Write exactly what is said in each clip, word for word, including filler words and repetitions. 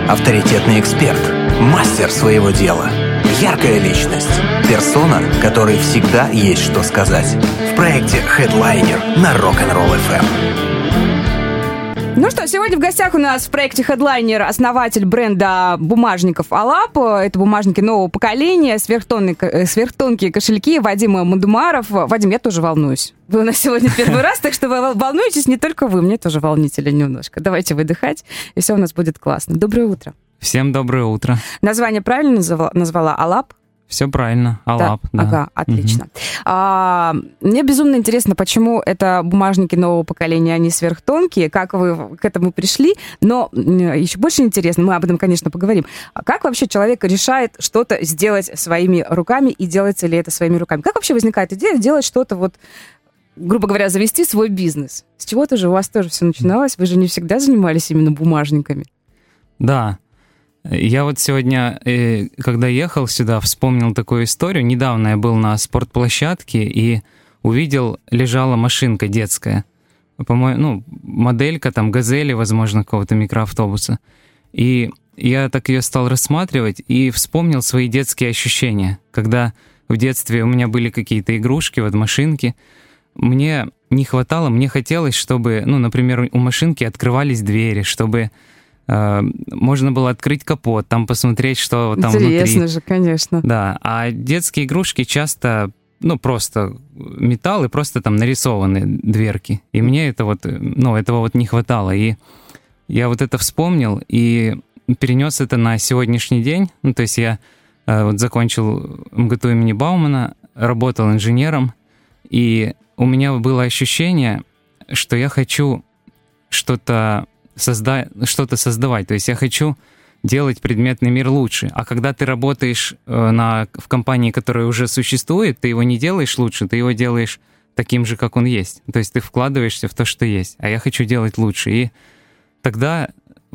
авторитетный эксперт, мастер своего дела, яркая личность, персона, которой всегда есть что сказать. В проекте Headliner на Rock'n'Roll эф эм. Ну что, сегодня в гостях у нас в проекте Headliner основатель бренда бумажников Алап. Это бумажники нового поколения, сверхтонкие, сверхтонкие кошельки. Вадим Мадумаров. Вадим, я тоже волнуюсь. Вы у нас сегодня первый раз, так что вы волнуетесь не только вы, мне тоже волнительно немножко. Давайте выдыхать, и все у нас будет классно. Доброе утро. Всем доброе утро. Название правильно назвала, назвала Алап? Все правильно, Алап, да. да. Ага, отлично. Угу. А, мне безумно интересно, почему это бумажники нового поколения, они сверхтонкие, как вы к этому пришли, но еще больше интересно, мы об этом, конечно, поговорим, как вообще человек решает что-то сделать своими руками, и делается ли это своими руками? Как вообще возникает идея делать что-то, вот, грубо говоря, завести свой бизнес? С чего-то же у вас тоже все начиналось, вы же не всегда занимались именно бумажниками. Да. Я вот сегодня, когда ехал сюда, вспомнил такую историю. Недавно я был на спортплощадке и увидел, лежала машинка детская. По-моему, ну, моделька там «Газели», возможно, какого-то микроавтобуса. И я так ее стал рассматривать и вспомнил свои детские ощущения. Когда в детстве у меня были какие-то игрушки, вот машинки, мне не хватало, мне хотелось, чтобы, ну, например, у машинки открывались двери, чтобы... можно было открыть капот, там посмотреть, что там внутри. Интересно же, конечно. Да, а детские игрушки часто, ну, просто металл и просто там нарисованы дверки. И мне это вот, ну, этого вот не хватало. И я вот это вспомнил и перенес это на сегодняшний день. Ну, то есть я вот закончил эм гэ тэ у имени Баумана, работал инженером, и у меня было ощущение, что я хочу что-то Созда... что-то создавать. То есть я хочу делать предметный мир лучше. А когда ты работаешь э, на... в компании, которая уже существует, ты его не делаешь лучше, ты его делаешь таким же, как он есть. То есть ты вкладываешься в то, что есть. А я хочу делать лучше. И тогда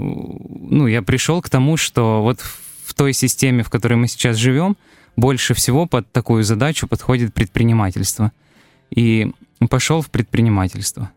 ну, я пришел к тому, что вот в той системе, в которой мы сейчас живем, больше всего под такую задачу подходит предпринимательство. И пошел в предпринимательство.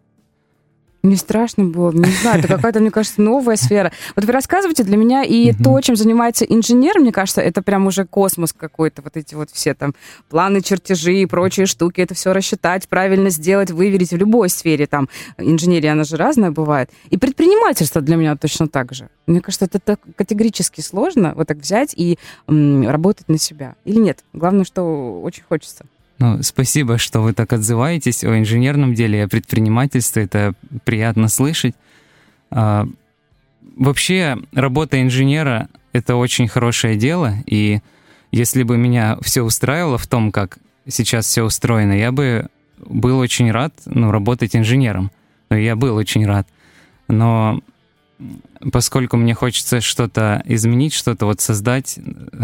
Не страшно было, не знаю, это какая-то, мне кажется, новая сфера. Вот вы рассказываете, для меня и uh-huh. то, чем занимается инженер, мне кажется, это прям уже космос какой-то, вот эти вот все там планы, чертежи и прочие штуки, это все рассчитать, правильно сделать, выверить в любой сфере, там, инженерия, она же разная бывает. И предпринимательство для меня точно так же. Мне кажется, это так категорически сложно вот так взять и м, работать на себя. Или нет? Главное, что очень хочется. Ну, спасибо, что вы так отзываетесь о инженерном деле и о предпринимательстве. Это приятно слышать. А, вообще, работа инженера — это очень хорошее дело, и если бы меня все устраивало в том, как сейчас все устроено, я бы был очень рад, ну, работать инженером. Я был очень рад. Но поскольку мне хочется что-то изменить, что-то вот создать...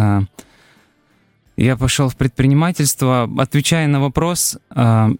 Я пошел в предпринимательство. Отвечая на вопрос, оно,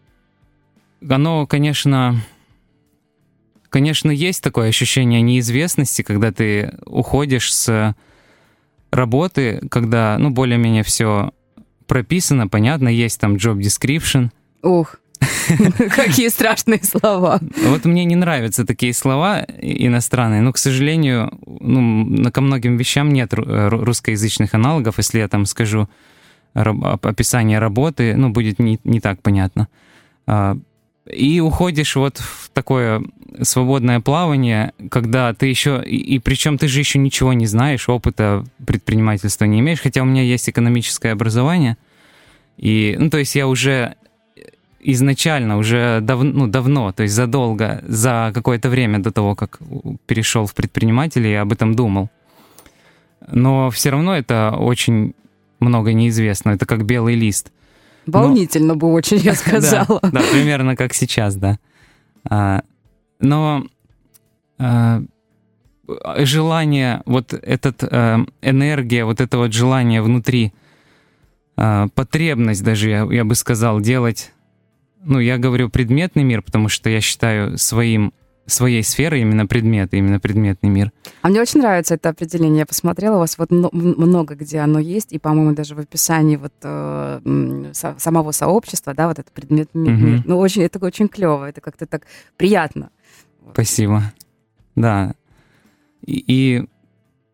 конечно, конечно, есть такое ощущение неизвестности, когда ты уходишь с работы, когда, ну, более-менее все прописано, понятно, есть там job description. Ух, какие страшные слова. Вот мне не нравятся такие слова иностранные, но, к сожалению, ну, ко многим вещам нет русскоязычных аналогов. Если я там скажу описание работы, ну, будет не, не так понятно. И уходишь вот в такое свободное плавание, когда ты еще... И, и причем ты же еще ничего не знаешь, опыта предпринимательства не имеешь, хотя у меня есть экономическое образование. И, ну, то есть я уже... изначально, уже дав, ну, давно, то есть задолго, за какое-то время до того, как перешел в предприниматели, я об этом думал. Но все равно это очень много неизвестно. Это как белый лист. Волнительно Но... бы очень, я сказала. Да, да, примерно как сейчас, да. А, но а, желание, вот этот а, энергия, вот это вот желание внутри, а, потребность даже, я, я бы сказал, делать... Ну, я говорю предметный мир, потому что я считаю своим, своей сферой именно предмет, именно предметный мир. А мне очень нравится это определение. Я посмотрела, у вас вот много где оно есть, и, по-моему, даже в описании вот э, самого сообщества, да, вот это предметный mm-hmm. мир. Ну, очень, это очень клево, это как-то так приятно. Спасибо. Да. И, и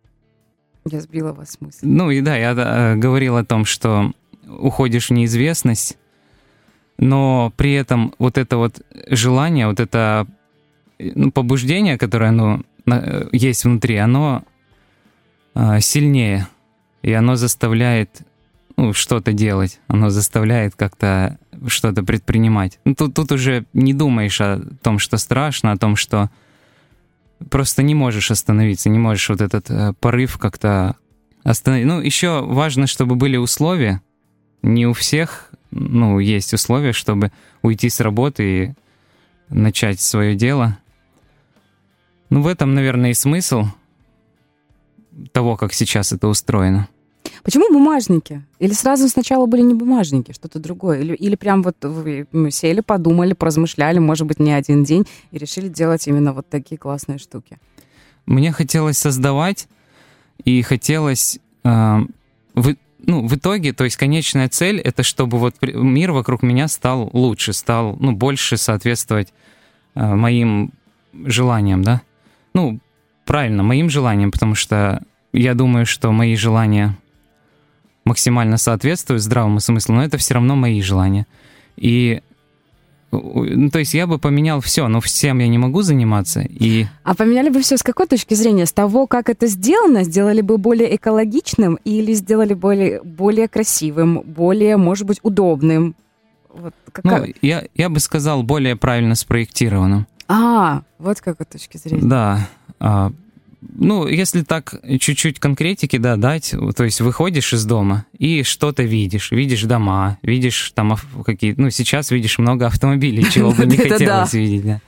Я сбила вас с мысли. Ну и да, я э, говорил о том, что уходишь в неизвестность, но при этом вот это вот желание, вот это ну, побуждение, которое оно, есть внутри, оно э, сильнее, и оно заставляет ну, что-то делать, оно заставляет как-то что-то предпринимать. Ну, тут, тут уже не думаешь о том, что страшно, о том, что просто не можешь остановиться, не можешь вот этот э, порыв как-то остановить. Ну, еще важно, чтобы были условия. Не у всех, ну, есть условия, чтобы уйти с работы и начать свое дело. Ну, в этом, наверное, и смысл того, как сейчас это устроено. Почему бумажники? Или сразу сначала были не бумажники, что-то другое? Или, или прям вот вы сели, подумали, поразмышляли, может быть, не один день, и решили делать именно вот такие классные штуки? Мне хотелось создавать, и хотелось... Э, в, ну, в итоге, то есть конечная цель — это чтобы вот мир вокруг меня стал лучше, стал ну, больше соответствовать э, моим желаниям, да? Ну, правильно, моим желаниям, потому что я думаю, что мои желания максимально соответствуют здравому смыслу, но это все равно мои желания. И, ну, то есть я бы поменял все, но всем я не могу заниматься. И... А поменяли бы все с какой точки зрения? С того, как это сделано, сделали бы более экологичным или сделали более, более красивым, более, может быть, удобным? Вот какая... Ну, я, я бы сказал, более правильно спроектированным. А, вот какой точки зрения. Да. А, ну, если так чуть-чуть конкретики, да, дать, то есть выходишь из дома и что-то видишь. Видишь дома, видишь там какие... Ну, сейчас видишь много автомобилей, чего бы не хотелось видеть.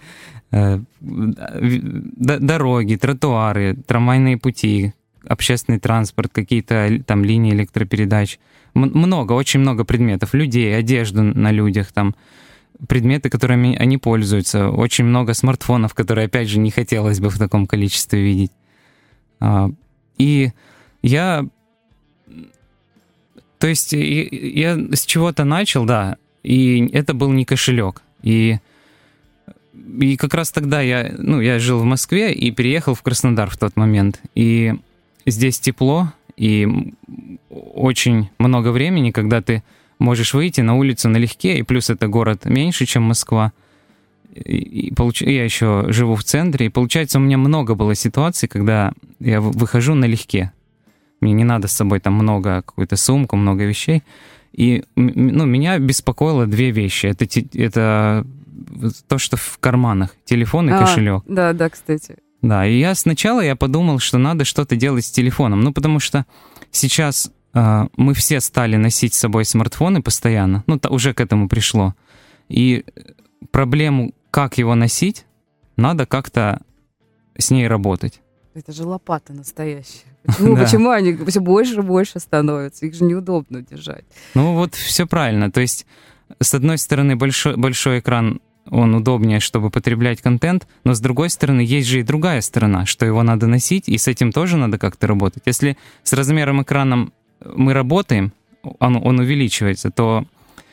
Дороги, тротуары, трамвайные пути, общественный транспорт, какие-то там линии электропередач. Много, очень много предметов. Людей, одежду на людях, там предметы, которыми они пользуются. Очень много смартфонов, которые, опять же, не хотелось бы в таком количестве видеть. И я... То есть я с чего-то начал, да, и это был не кошелек. И, и как раз тогда я, ну, я жил в Москве и переехал в Краснодар в тот момент. И здесь тепло, и очень много времени, когда ты можешь выйти на улицу налегке, и плюс это город меньше, чем Москва. И получ... Я еще живу в центре, и получается, у меня много было ситуаций, когда я выхожу налегке. Мне не надо с собой там много, какую-то сумку, много вещей. И ну, меня беспокоило две вещи. Это, это то, что в карманах. Телефон и а, кошелек. Да, да, кстати. Да, и я сначала я подумал, что надо что-то делать с телефоном. Ну, потому что сейчас э, мы все стали носить с собой смартфоны постоянно. Ну, уже к этому пришло. И проблему, как его носить, надо как-то с ней работать. Это же лопата настоящая. Почему, да. Почему они все больше и больше становятся? Их же неудобно держать. Ну вот все правильно. То есть, с одной стороны, большой, большой экран, он удобнее, чтобы потреблять контент, но с другой стороны, есть же и другая сторона, что его надо носить, и с этим тоже надо как-то работать. Если с размером экрана мы работаем, он, он увеличивается, то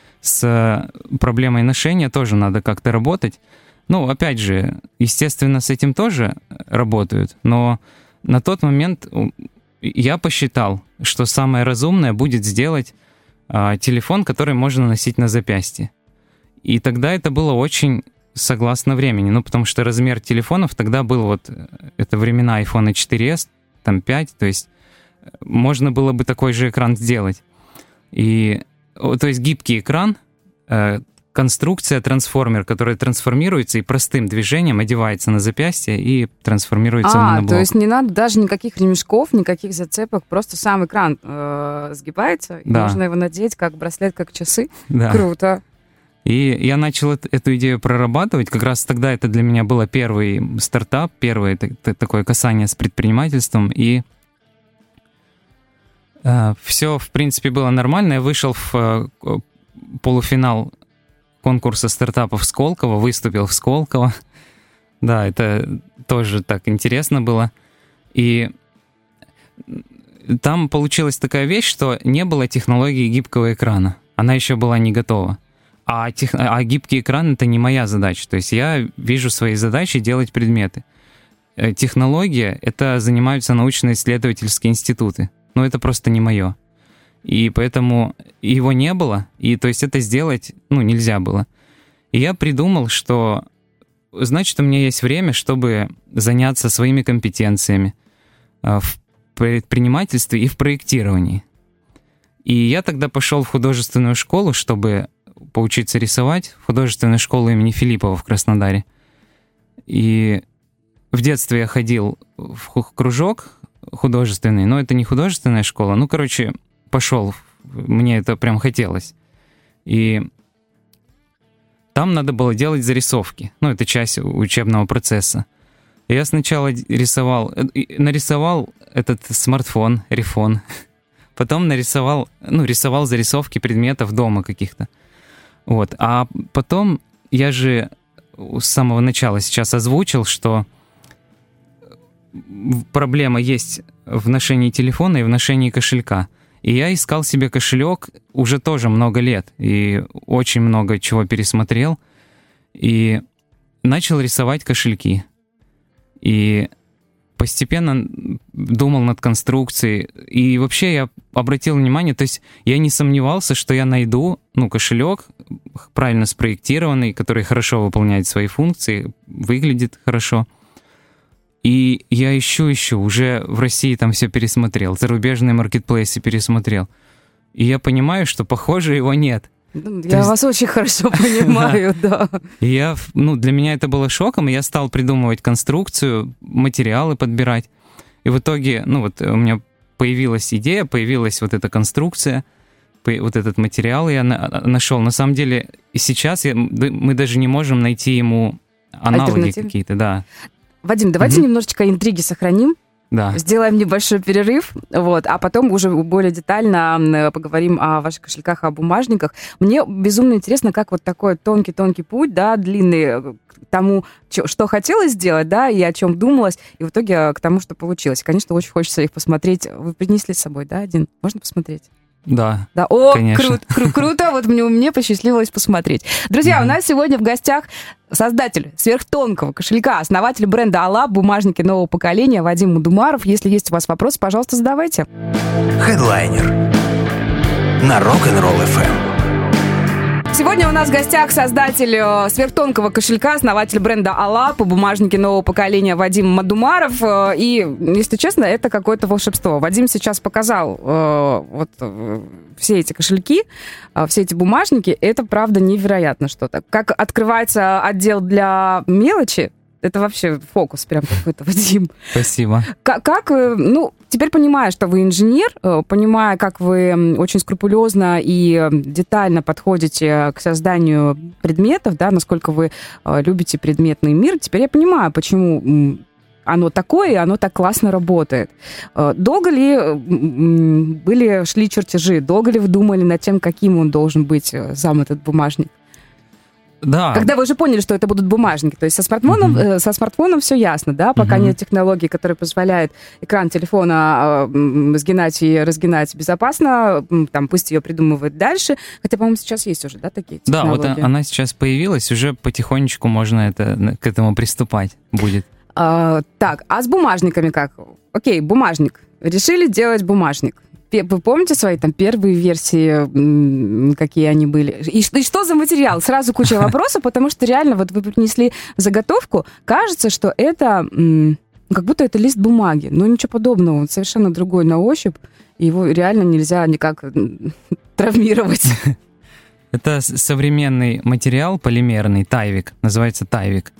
с проблемой ношения тоже надо как-то работать. Ну, опять же, естественно, с этим тоже работают, но на тот момент я посчитал, что самое разумное будет сделать а, телефон, который можно носить на запястье. И тогда это было очень согласно времени, ну, потому что размер телефонов тогда был вот, это времена айфон четыре эс, там пять, то есть можно было бы такой же экран сделать. И, то есть гибкий экран, э, конструкция, трансформер, который трансформируется и простым движением одевается на запястье и трансформируется а, в моноблок. То есть не надо даже никаких ремешков, никаких зацепок, просто сам экран э, сгибается, да. И можно его надеть как браслет, как часы. Да. Круто. И я начал эту идею прорабатывать. Как раз тогда это для меня было первый стартап, первое такое касание с предпринимательством. И э, все, в принципе, было нормально. Я вышел в э, полуфинал конкурса стартапов Сколково, выступил в Сколково. Да, это тоже так интересно было. И там получилась такая вещь, что не было технологии гибкого экрана. Она еще была не готова. А, тех... а гибкий экран — это не моя задача. То есть я вижу свои задачи делать предметы. технология, это занимаются научно-исследовательские институты. Но это просто не мое. И поэтому его не было, и то есть это сделать, ну, нельзя было. И я придумал, что, значит, у меня есть время, чтобы заняться своими компетенциями в предпринимательстве и в проектировании. И я тогда пошел в художественную школу, чтобы поучиться рисовать, в художественную школу имени Филиппова в Краснодаре. И в детстве я ходил в кружок художественный, но это не художественная школа. Ну, короче, пошел, мне это прям хотелось. И там надо было делать зарисовки. Ну, это часть учебного процесса. Я сначала рисовал, нарисовал этот смартфон, рифон. Потом нарисовал, ну, рисовал зарисовки предметов дома каких-то. Вот. А потом я же с самого начала сейчас озвучил, что проблема есть в ношении телефона и в ношении кошелька. И я искал себе кошелек уже тоже много лет. И очень много чего пересмотрел. И начал рисовать кошельки. И постепенно думал над конструкцией. И вообще я обратил внимание, то есть я не сомневался, что я найду, ну, кошелек правильно спроектированный, который хорошо выполняет свои функции, выглядит хорошо. И я ищу, ищу, уже в России там все пересмотрел, зарубежные маркетплейсы пересмотрел. И я понимаю, что, похоже, его нет. Я есть... вас очень хорошо понимаю, да. И я, ну, для меня это было шоком, и я стал придумывать конструкцию, материалы подбирать. И в итоге, ну, вот у меня появилась идея, появилась вот эта конструкция, вот этот материал я нашел. На самом деле, и сейчас я, мы даже не можем найти ему аналоги какие-то, да. Вадим, давайте угу. немножечко интриги сохраним. Да. Сделаем небольшой перерыв, вот, а потом уже более детально поговорим о ваших кошельках, о бумажниках. Мне безумно интересно, как вот такой тонкий-тонкий путь, да, длинный, к тому, что хотелось сделать, да, и о чем думалось, и в итоге к тому, что получилось. Конечно, очень хочется их посмотреть. Вы принесли с собой, да, один? Можно посмотреть? Да, да. О, конечно. Кру- кру- круто, вот мне, мне посчастливилось посмотреть. Друзья, mm-hmm. у нас сегодня в гостях создатель сверхтонкого кошелька, основатель бренда Алап, бумажники нового поколения Вадим Мадумаров. Если есть у вас вопросы, пожалуйста, задавайте. Headliner на Rock'n'Roll эф эм. Сегодня у нас в гостях создатель сверхтонкого кошелька, основатель бренда Алап, бумажники нового поколения Вадим Мадумаров. И, если честно, это какое-то волшебство. Вадим сейчас показал э, вот э, все эти кошельки, э, все эти бумажники. Это, правда, невероятно что-то. Как открывается отдел для мелочи, это вообще фокус прям какой-то, Вадим. Спасибо. Как, как вы, ну, теперь понимая, что вы инженер, понимая, как вы очень скрупулезно и детально подходите к созданию предметов, да, насколько вы любите предметный мир, теперь я понимаю, почему оно такое, и оно так классно работает. Долго ли были, шли чертежи, долго ли вы думали над тем, каким он должен быть, сам этот бумажник? Да. Когда вы уже поняли, что это будут бумажники, то есть со смартфоном, uh-huh. э, со смартфоном все ясно, да, пока uh-huh. нет технологии, которая позволяет экран телефона э, сгинать и разгинать безопасно, там, пусть ее придумывают дальше, хотя, по-моему, сейчас есть уже, да, такие технологии? Да, вот она сейчас появилась, уже потихонечку можно это, к этому приступать будет. А, так, а с бумажниками как? Окей, бумажник. Решили делать бумажник. Вы помните свои там первые версии, какие они были? И, и что за материал? Сразу куча вопросов, потому что реально вот вы принесли заготовку, кажется, что это как будто это лист бумаги, но ничего подобного, он совершенно другой на ощупь, и его реально нельзя никак травмировать. Это современный материал полимерный, тайвик, называется тайвик.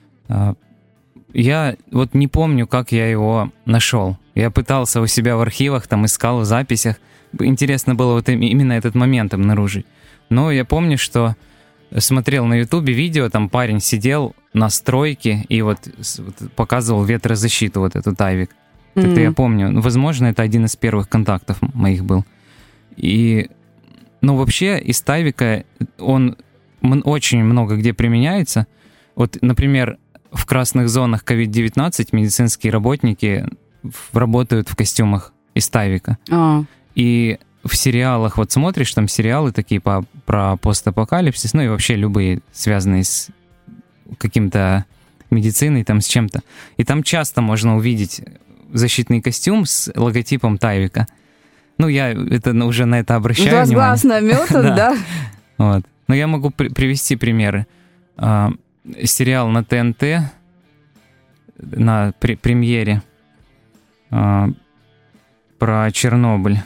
Я вот не помню, как я его нашел. Я пытался у себя в архивах, там искал в записях. Интересно было вот именно этот момент обнаружить. Но я помню, что смотрел на Ютубе видео, там парень сидел на стройке и вот, вот показывал ветрозащиту, вот эту тайвик. Mm-hmm. Это я помню. Возможно, это один из первых контактов моих был. И, ну, вообще из тайвика он очень много где применяется. Вот, например, в красных зонах ковид девятнадцать медицинские работники работают в костюмах из тайвика. Oh. И в сериалах, вот смотришь, там сериалы такие по, про постапокалипсис, ну и вообще любые, связанные с каким-то медициной, там, с чем-то. И там часто можно увидеть защитный костюм с логотипом Тайвика. Ну, я это уже на это обращаю внимание. Глаз наметан, да. Вот. Но я могу при- привести примеры. А, сериал на тэ эн тэ, на при- премьере а, про Чернобыль.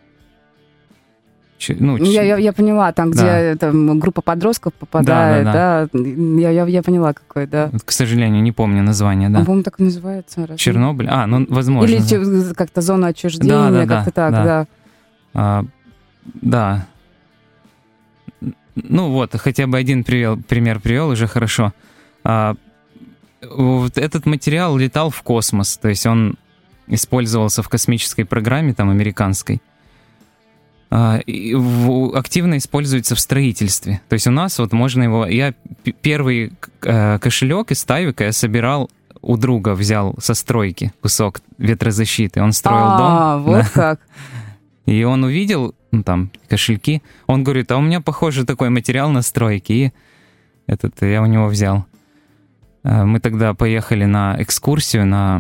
Ч- ну, я, я, я поняла, там, где да. там, группа подростков попадает, да, да, да. да. Я, я, я поняла, какой, да. Вот, к сожалению, не помню название, да. Он, по-моему, так и называется. Раз. Чернобыль? А, ну, возможно. Или да. как-то зона отчуждения, да, да, как-то да, так, да. да. А, да. Ну вот, хотя бы один привел, пример привел, уже хорошо. А, вот этот материал летал в космос, то есть он использовался в космической программе, там, американской. А, и в, активно используется в строительстве. То есть у нас вот можно его... Я первый э, кошелек из Тайвика я собирал у друга, взял со стройки кусок ветрозащиты. Он строил а, дом. А, вот да. как. И он увидел, ну, там, кошельки. Он говорит, а у меня, похоже, такой материал на стройке. И этот я у него взял. Мы тогда поехали на экскурсию на,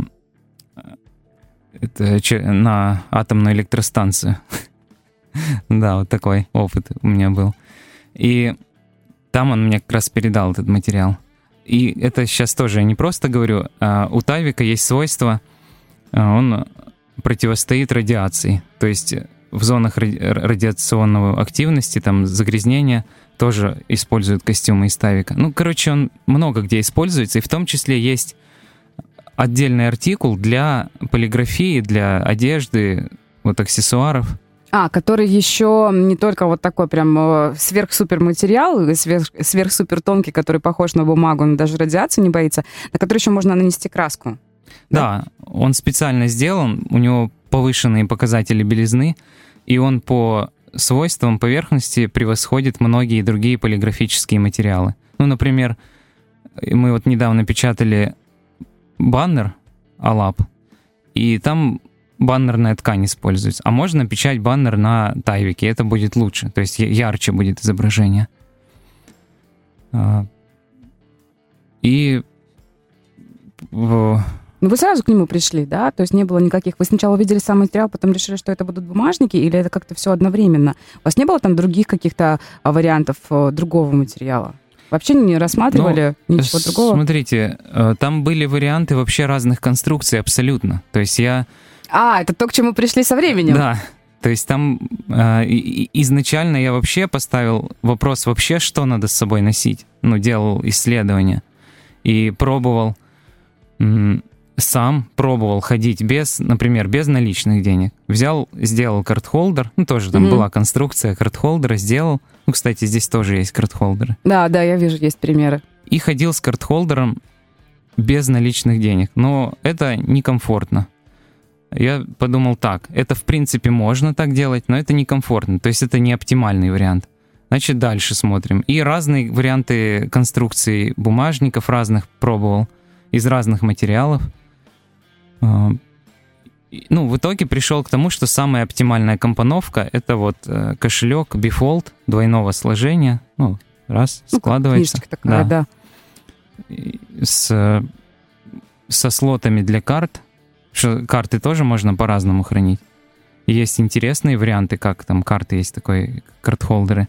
это, на атомную электростанцию. Да, вот такой опыт у меня был. И там он мне как раз передал этот материал. И это сейчас тоже я не просто говорю. А у Тайвика есть свойство, он противостоит радиации. То есть в зонах ради- радиационной активности, там загрязнения, тоже используют костюмы из Тайвика. Ну, короче, он много где используется, и в том числе есть отдельный артикул для полиграфии, для одежды, вот аксессуаров. А, который еще не только вот такой прям сверх-супер материал, сверх, сверх-супер тонкий, который похож на бумагу, но даже радиации не боится, на который еще можно нанести краску. Да, да, он специально сделан, у него повышенные показатели белизны, и он по свойствам поверхности превосходит многие другие полиграфические материалы. Ну, например, мы вот недавно печатали баннер Алап, и там баннерная ткань используется. А можно печатать баннер на Тайвике, это будет лучше, то есть ярче будет изображение. И... Ну, вы сразу к нему пришли, да? То есть не было никаких... Вы сначала увидели сам материал, потом решили, что это будут бумажники, или это как-то все одновременно? У вас не было там других каких-то вариантов другого материала? Вообще не рассматривали ну, ничего другого? Смотрите, там были варианты вообще разных конструкций абсолютно. То есть я... А, это то, к чему пришли со временем? Да. То есть там э, изначально я вообще поставил вопрос вообще, что надо с собой носить. Ну, делал исследования. И пробовал... М- сам пробовал ходить без, например, без наличных денег. Взял, сделал карт-холдер. Ну, тоже там mm-hmm. была конструкция карт-холдера, сделал. Ну, кстати, здесь тоже есть карт-холдеры. Да, да, я вижу, есть примеры. И ходил с карт-холдером без наличных денег. Но это некомфортно. Я подумал так, это в принципе можно так делать, но это некомфортно. То есть это не оптимальный вариант. Значит, дальше смотрим. И разные варианты конструкции бумажников разных пробовал. Из разных материалов. Ну, в итоге пришел к тому, что самая оптимальная компоновка — это вот кошелек Bifold двойного сложения. Ну, раз, ну, складывается. Книжечка такая, да. да. С, со слотами для карт. Что карты тоже можно по-разному хранить. Есть интересные варианты, как там карты есть, такой карт-холдеры.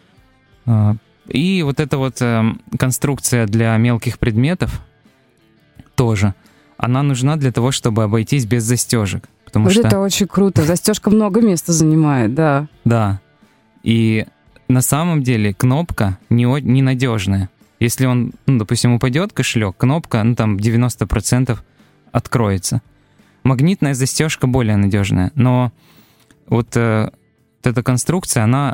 И вот эта вот конструкция для мелких предметов тоже. Она нужна для того, чтобы обойтись без застежек. Потому вот что... это очень круто. Застежка много места занимает, да. Да. И на самом деле кнопка не, ненадежная. Если он, ну, допустим, упадет кошелек, кнопка, ну, там, девяносто процентов откроется. Магнитная застежка более надежная. Но вот, э, вот эта конструкция, она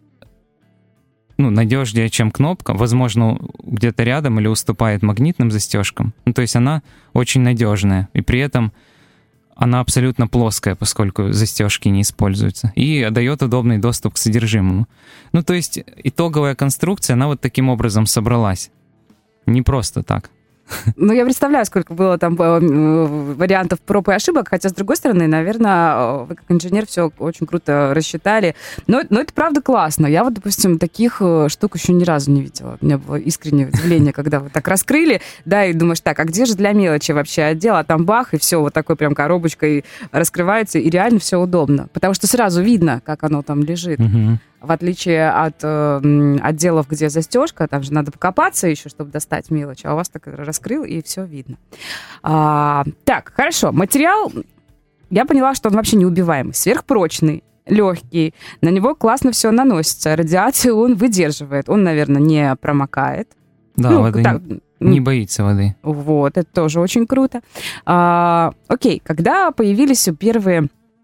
ну, надежнее, чем кнопка, возможно, где-то рядом или уступает магнитным застежкам. Ну, то есть она очень надежная, и при этом она абсолютно плоская, поскольку застежки не используются, и дает удобный доступ к содержимому. Ну, то есть итоговая конструкция, она вот таким образом собралась. Не просто так. Ну, я представляю, сколько было там вариантов проб и ошибок, хотя, с другой стороны, наверное, вы как инженер все очень круто рассчитали. Но, но это, правда, классно. Я вот, допустим, таких штук еще ни разу не видела. У меня было искреннее удивление, когда вы так раскрыли, да, и думаешь, так, а где же для мелочи вообще отдел? А там бах, и все, вот такой прям коробочкой раскрывается, и реально все удобно. Потому что сразу видно, как оно там лежит. Угу. В отличие от э, отделов, где застежка, там же надо покопаться еще, чтобы достать мелочь, а у вас так раскрыл, и все видно. А, так, хорошо. Материал, я поняла, что он вообще неубиваемый, сверхпрочный, легкий, на него классно все наносится, радиацию он выдерживает, он, наверное, не промокает. Да, ну, воды так, не боится воды. Вот, это тоже очень круто. А, окей, когда появились первые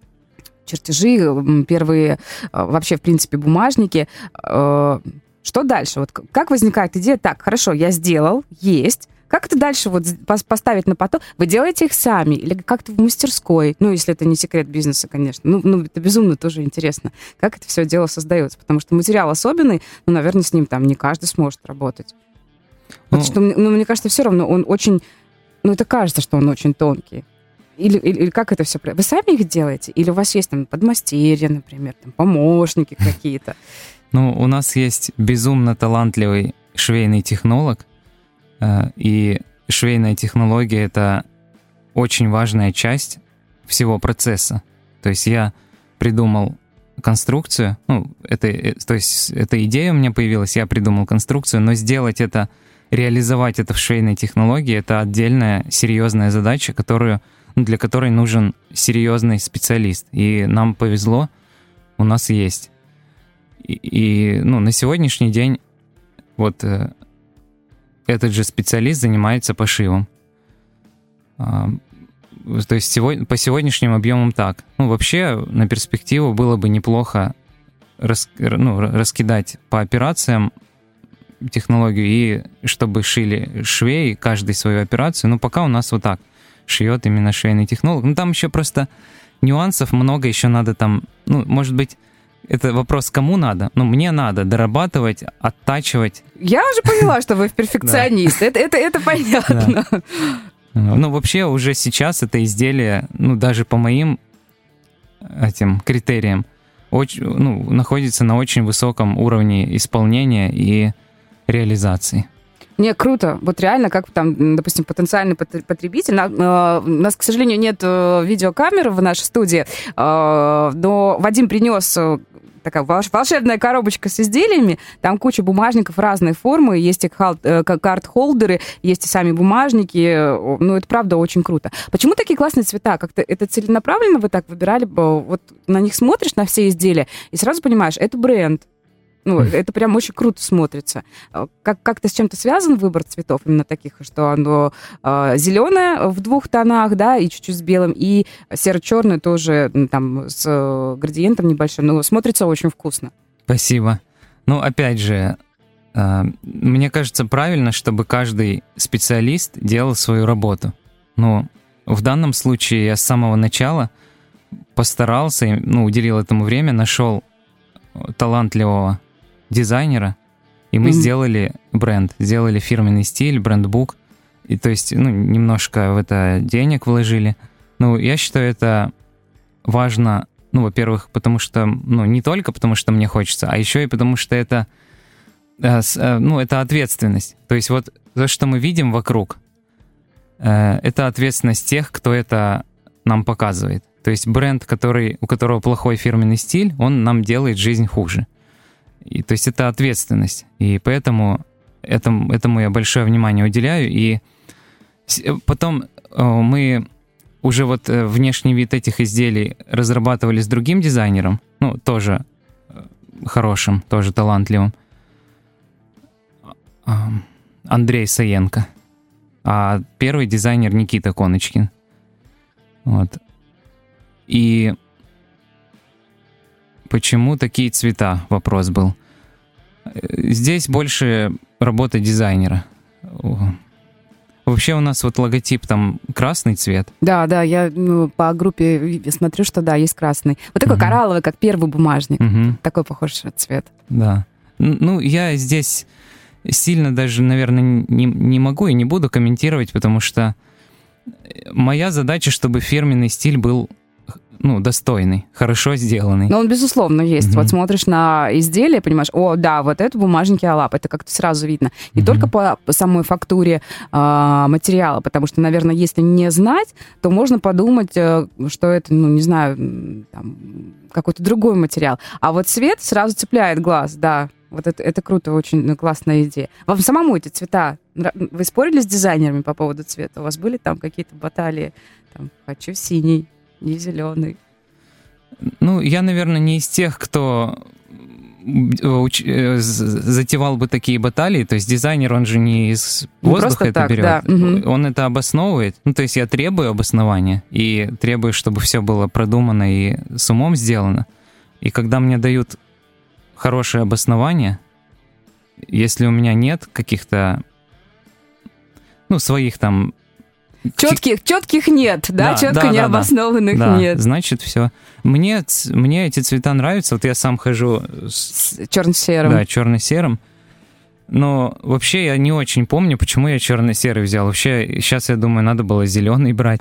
чертежи, первые вообще, в принципе, бумажники. Что дальше? Вот как возникает идея? Так, хорошо, я сделал, есть. Как это дальше вот поставить на поток? Вы делаете их сами или как-то в мастерской? Ну, если это не секрет бизнеса, конечно. Ну, ну это безумно тоже интересно, как это все дело создается. Потому что материал особенный, ну, наверное, с ним там не каждый сможет работать. Ну, вот что, ну, мне кажется, все равно он очень... Ну, это кажется, что он очень тонкий. Или, или, или как это все? Вы сами их делаете? Или у вас есть там подмастерья, например, там, помощники какие-то? Ну, у нас есть безумно талантливый швейный технолог, и швейная технология — это очень важная часть всего процесса. То есть я придумал конструкцию, ну, это, то есть эта идея у меня появилась, я придумал конструкцию, но сделать это, реализовать это в швейной технологии — это отдельная серьезная задача, которую для которой нужен серьезный специалист. И нам повезло, у нас есть. И, и ну, на сегодняшний день вот э, этот же специалист занимается пошивом. А, то есть сегодня, по сегодняшним объемам так. Ну, вообще, на перспективу было бы неплохо рас, ну, раскидать по операциям технологию, и чтобы шили швей каждый свою операцию. Но пока у нас вот так шьет именно швейный технолог. Ну, там еще просто нюансов много, еще надо там, ну, может быть, это вопрос, кому надо, но мне надо дорабатывать, оттачивать. Я уже поняла, что вы перфекционист, это, это, это понятно. Ну, вообще, уже сейчас это изделие, ну, даже по моим этим критериям, очень, ну, находится на очень высоком уровне исполнения и реализации. Не, круто. Вот реально, как там, допустим, потенциальный потребитель. У нас, к сожалению, нет видеокамеры в нашей студии, но Вадим принес такая волшебная коробочка с изделиями, там куча бумажников разной формы, есть и карт-холдеры, есть и сами бумажники. Ну, это правда очень круто. Почему такие классные цвета? Как-то это целенаправленно вы так выбирали? Вот на них смотришь, на все изделия, и сразу понимаешь, это бренд. Ну, это прям очень круто смотрится. Как- как-то с чем-то связан выбор цветов именно таких, что оно э, зеленое в двух тонах, да, и чуть-чуть с белым, и серо-черное тоже там с э, градиентом небольшим, но смотрится очень вкусно. Спасибо. Ну, опять же, э, мне кажется, правильно, чтобы каждый специалист делал свою работу. Ну, в данном случае я с самого начала постарался, ну, уделил этому время, нашел талантливого дизайнера, и мы mm-hmm. сделали бренд, сделали фирменный стиль, брендбук, и то есть, ну, немножко в это денег вложили. Ну, я считаю, это важно, ну, во-первых, потому что, ну, не только потому что мне хочется, а еще и потому что это, ну, это ответственность. То есть вот то, что мы видим вокруг, это ответственность тех, кто это нам показывает. То есть бренд, который, у которого плохой фирменный стиль, он нам делает жизнь хуже. И, то есть это ответственность. И поэтому этому, этому я большое внимание уделяю. И потом мы уже вот внешний вид этих изделий разрабатывали с другим дизайнером, ну, тоже хорошим, тоже талантливым, Андрей Саенко. А первый дизайнер Никита Коночкин. Вот. И почему такие цвета? Вопрос был. Здесь больше работа дизайнера. Вообще у нас вот логотип там красный цвет. Да, да, я ну, по группе смотрю, что да, есть красный. Вот такой uh-huh. коралловый, как первый бумажник. Uh-huh. Такой похожий цвет. Да. Ну, я здесь сильно даже, наверное, не, не могу и не буду комментировать, потому что моя задача, чтобы фирменный стиль был, ну, достойный, хорошо сделанный. Но он, безусловно, есть. Mm-hmm. Вот смотришь на изделие, понимаешь, о, да, вот это бумажники Алап, это как-то сразу видно. Не mm-hmm. только по, по самой фактуре э, материала, потому что, наверное, если не знать, то можно подумать, э, что это, ну, не знаю, там, какой-то другой материал. А вот цвет сразу цепляет глаз, да. Вот это, это круто, очень классная идея. Вам самому эти цвета, вы спорили с дизайнерами по поводу цвета? У вас были там какие-то баталии? Там, хочу синий, не зеленый. Ну, я, наверное, не из тех, кто затевал бы такие баталии. То есть дизайнер, он же не из воздуха не это так, берет. Да. Угу. Он это обосновывает. Ну, то есть я требую обоснования и требую, чтобы все было продумано и с умом сделано. И когда мне дают хорошее обоснование, если у меня нет каких-то, ну, своих там... Четких, четких нет, да? да Четко да, необоснованных да, да. нет. Да, значит, все. Мне, мне эти цвета нравятся. Вот я сам хожу с... с черно-серым. Да, черно-серым. Но вообще я не очень помню, почему я черно-серый взял. Вообще, сейчас я думаю, надо было зеленый брать.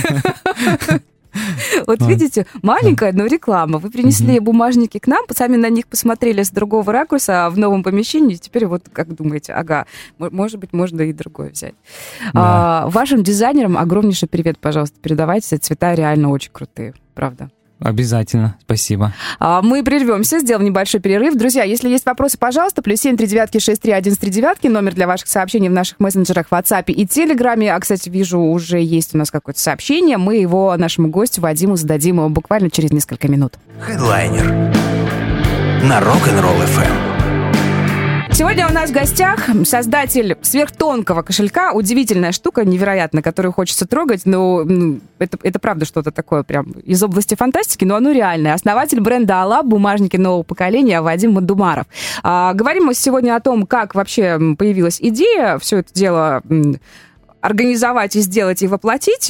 Вот видите, маленькая, но реклама. Вы принесли uh-huh. бумажники к нам, сами на них посмотрели с другого ракурса в новом помещении. Теперь вот как думаете, ага, может быть, можно и другое взять. Да. А, вашим дизайнерам огромнейший привет, пожалуйста, передавайте. Цвета реально очень крутые, правда. Обязательно, спасибо. А, мы прервемся, сделаем небольшой перерыв. Друзья, если есть вопросы, пожалуйста, плюс семь три девятки шесть три один три девятки, номер для ваших сообщений в наших мессенджерах в WhatsApp и Телеграме. А, кстати, вижу, уже есть у нас какое-то сообщение. Мы его нашему гостю Вадиму зададим его буквально через несколько минут. Хедлайнер на Rock'n'Roll эф эм. Сегодня у нас в гостях создатель сверхтонкого кошелька. Удивительная штука, невероятно, которую хочется трогать. Но это, это правда что-то такое прям из области фантастики, но оно реальное. Основатель бренда Алап, бумажники нового поколения, Вадим Мандумаров. А, говорим мы сегодня о том, как вообще появилась идея все это дело организовать и сделать, и воплотить.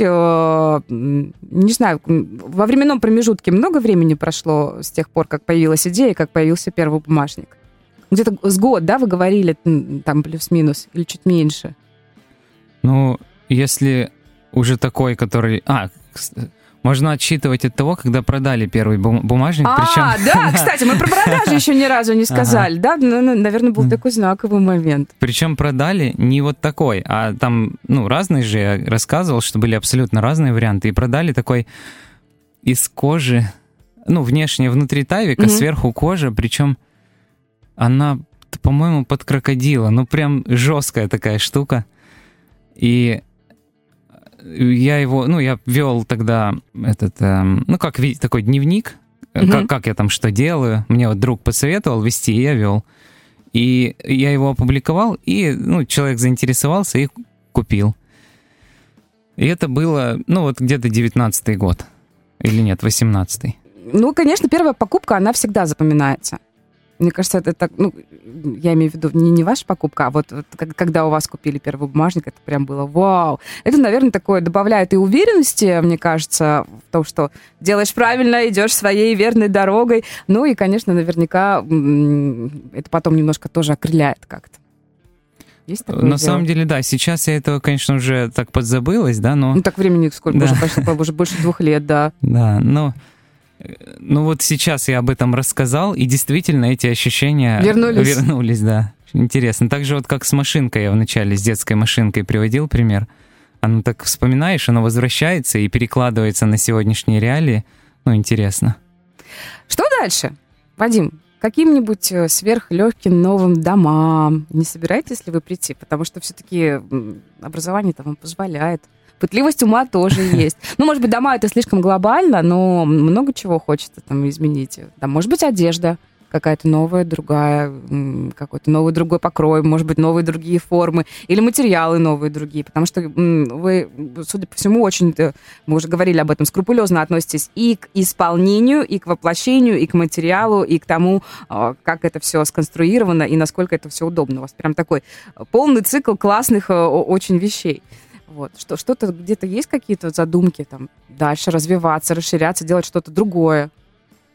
Не знаю, во временном промежутке много времени прошло с тех пор, как появилась идея, как появился первый бумажник? Где-то с год, да, вы говорили, там плюс-минус, или чуть меньше? Ну, если уже такой, который... А, можно отсчитывать от того, когда продали первый бумажник. А, причем... да, кстати, мы про продажи еще ни разу не сказали, ага. да? Ну, наверное, был такой знаковый момент. Причем продали не вот такой, а там, ну, разные же, я рассказывал, что были абсолютно разные варианты, и продали такой из кожи, ну, внешне внутри тавика, mm-hmm. сверху кожа, причем она, по-моему, под крокодила. Ну, прям жесткая такая штука. И я его... Ну, я вел тогда этот... Э, ну, как такой дневник. Mm-hmm. Как, как я там что делаю. Мне вот друг посоветовал вести, и я вел. И я его опубликовал, и, ну, человек заинтересовался и купил. И это было, ну, вот где-то девятнадцатый год. Или нет, восемнадцатый. Ну, конечно, первая покупка, она всегда запоминается. Мне кажется, это так, ну, я имею в виду не, не ваша покупка, а вот, вот когда у вас купили первый бумажник, это прям было вау. Это, наверное, такое добавляет и уверенности, мне кажется, в том, что делаешь правильно, идешь своей верной дорогой. Ну и, конечно, наверняка это потом немножко тоже окрыляет как-то. Есть такое На дело? самом деле, да, сейчас я этого, конечно, уже так подзабылось, да, но... Ну так времени сколько, да. уже, почти, уже больше двух лет, да. Да, но... Ну вот сейчас я об этом рассказал, и действительно эти ощущения вернулись, вернулись да. Интересно. Так же вот как с машинкой, я вначале с детской машинкой приводил пример. Оно так вспоминаешь, оно возвращается и перекладывается на сегодняшние реалии. Ну, интересно. Что дальше, Вадим? Каким-нибудь сверхлегким новым домам не собираетесь ли вы прийти? Потому что все-таки образование-то вам позволяет. Пытливость ума тоже есть. Ну, может быть, дома это слишком глобально, но много чего хочется там изменить. Там, может быть, одежда какая-то новая, другая, какой-то новый другой покрой, может быть, новые другие формы, или материалы новые другие. Потому что вы, судя по всему, очень, мы уже говорили об этом, скрупулезно относитесь и к исполнению, и к воплощению, и к материалу, и к тому, как это все сконструировано, и насколько это все удобно. У вас прям такой полный цикл классных очень вещей. Вот. Что, что-то где-то есть какие-то задумки там дальше развиваться, расширяться, делать что-то другое?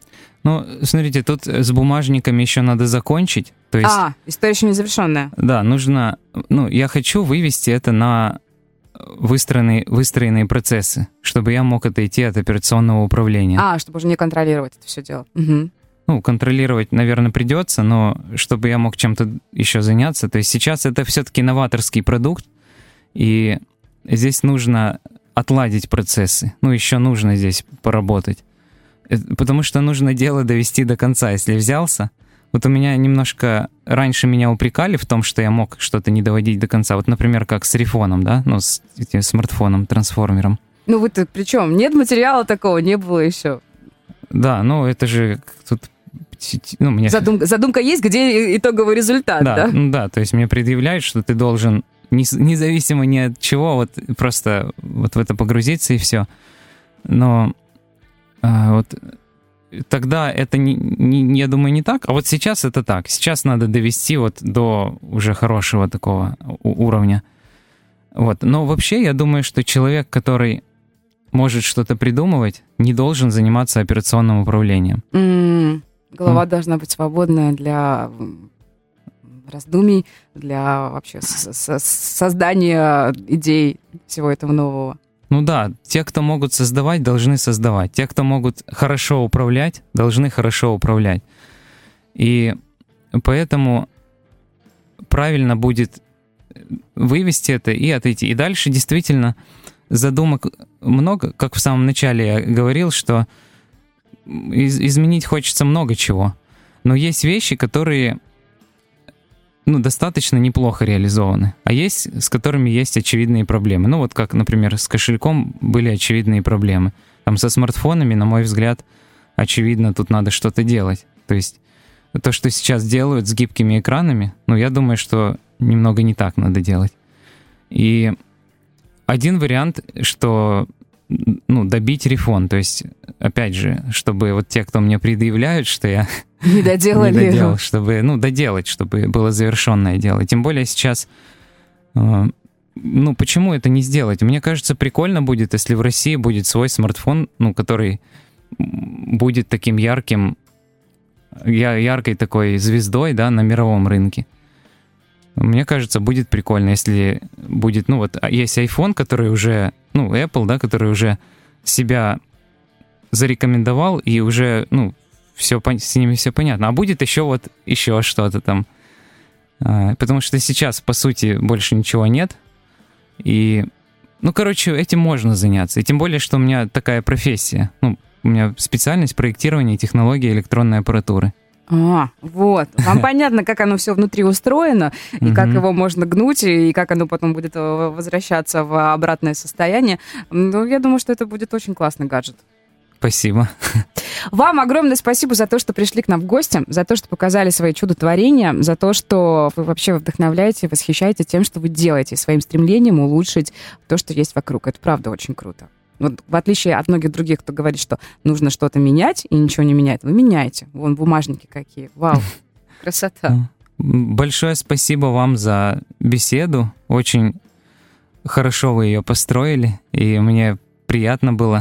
Ну, смотрите, тут с бумажниками еще надо закончить. То есть, а, история еще не завершенная. Да, нужно... Ну, я хочу вывести это на выстроенные, выстроенные процессы, чтобы я мог отойти от операционного управления. А, чтобы уже не контролировать это все дело. Угу. Ну, контролировать, наверное, придется, но чтобы я мог чем-то еще заняться. То есть сейчас это все-таки новаторский продукт, и здесь нужно отладить процессы. Ну, еще нужно здесь поработать. Потому что нужно дело довести до конца, если взялся. Вот у меня немножко... Раньше меня упрекали в том, что я мог что-то не доводить до конца. Вот, например, как с рифоном, да? Ну, с этим смартфоном, трансформером. Ну, вы-то при чем? Нет материала такого, не было еще. Да, ну, это же тут... Ну, мне... Задумка, задумка есть, где итоговый результат, да? Да, ну, да, то есть мне предъявляют, что ты должен независимо ни от чего, вот просто вот в это погрузиться и все. Но а, вот тогда это, не, не, я думаю, не так, а вот сейчас это так. Сейчас надо довести вот до уже хорошего такого уровня. Вот. Но вообще я думаю, что человек, который может что-то придумывать, не должен заниматься операционным управлением. Mm, голова mm. должна быть свободная для раздумий, для вообще создания идей всего этого нового. Ну да, те, кто могут создавать, должны создавать. Те, кто могут хорошо управлять, должны хорошо управлять. И поэтому правильно будет вывести это и отойти. И дальше действительно задумок много. Как в самом начале я говорил, что из- изменить хочется много чего. Но есть вещи, которые ну, достаточно неплохо реализованы. А есть, с которыми есть очевидные проблемы. Ну, вот как, например, с кошельком были очевидные проблемы. Там со смартфонами, на мой взгляд, очевидно, тут надо что-то делать. То есть то, что сейчас делают с гибкими экранами, ну, я думаю, что немного не так надо делать. И один вариант, что ну, добить рифон. То есть, опять же, чтобы вот те, кто мне предъявляют, что я не доделали, не доделал, чтобы, ну, доделать, чтобы было завершенное дело. Тем более сейчас, э, ну, почему это не сделать? Мне кажется, прикольно будет, если в России будет свой смартфон, ну, который будет таким ярким, яркой такой звездой, да, на мировом рынке. Мне кажется, будет прикольно, если будет, ну, вот есть iPhone, который уже, ну, Apple, да, который уже себя зарекомендовал, и уже, ну, все, с ними все понятно. А будет еще вот еще что-то там. Потому что сейчас, по сути, больше ничего нет. И, ну, короче, этим можно заняться. И тем более, что у меня такая профессия. Ну, у меня специальность проектирования и технологии электронной аппаратуры. А, вот. Вам понятно, как оно все внутри устроено, и как его можно гнуть, и как оно потом будет возвращаться в обратное состояние. Ну, я думаю, что это будет очень классный гаджет. Спасибо. Вам огромное спасибо за то, что пришли к нам в гости, за то, что показали свои чудотворения, за то, что вы вообще вдохновляете, восхищаете тем, что вы делаете, своим стремлением улучшить то, что есть вокруг. Это правда очень круто. Вот в отличие от многих других, кто говорит, что нужно что-то менять и ничего не меняет, вы меняете. Вон бумажники какие. Вау, красота. Большое спасибо вам за беседу. Очень хорошо вы ее построили, и мне приятно было...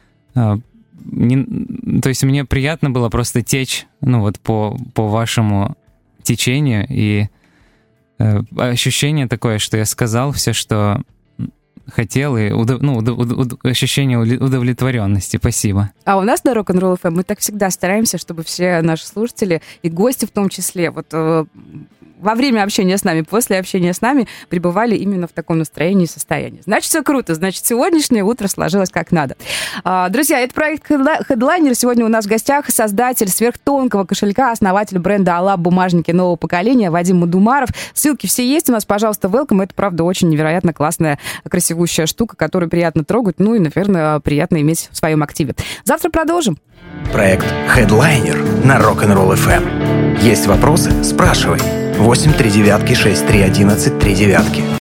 Не, то есть мне приятно было просто течь, ну вот по, по вашему течению, и э, ощущение такое, что я сказал все, что хотел, и удов, ну, удов, удов, ощущение удовлетворенности. Спасибо. А у нас на Rock'n'Roll эф эм мы так всегда стараемся, чтобы все наши слушатели, и гости в том числе, вот э, во время общения с нами, после общения с нами пребывали именно в таком настроении и состоянии. Значит, все круто. Значит, сегодняшнее утро сложилось как надо. А, друзья, это проект Headliner. Сегодня у нас в гостях создатель сверхтонкого кошелька, основатель бренда Алаб бумажники нового поколения Вадим Мудумаров. Ссылки все есть у нас, пожалуйста, welcome. Это, правда, очень невероятно классная, красивущая штука, которую приятно трогать, ну и, наверное, приятно иметь в своем активе. Завтра продолжим. Проект Headliner на Rock'n'Roll эф эм. Есть вопросы? Спрашивай. восемь три девятки шесть три одиннадцать три девятки.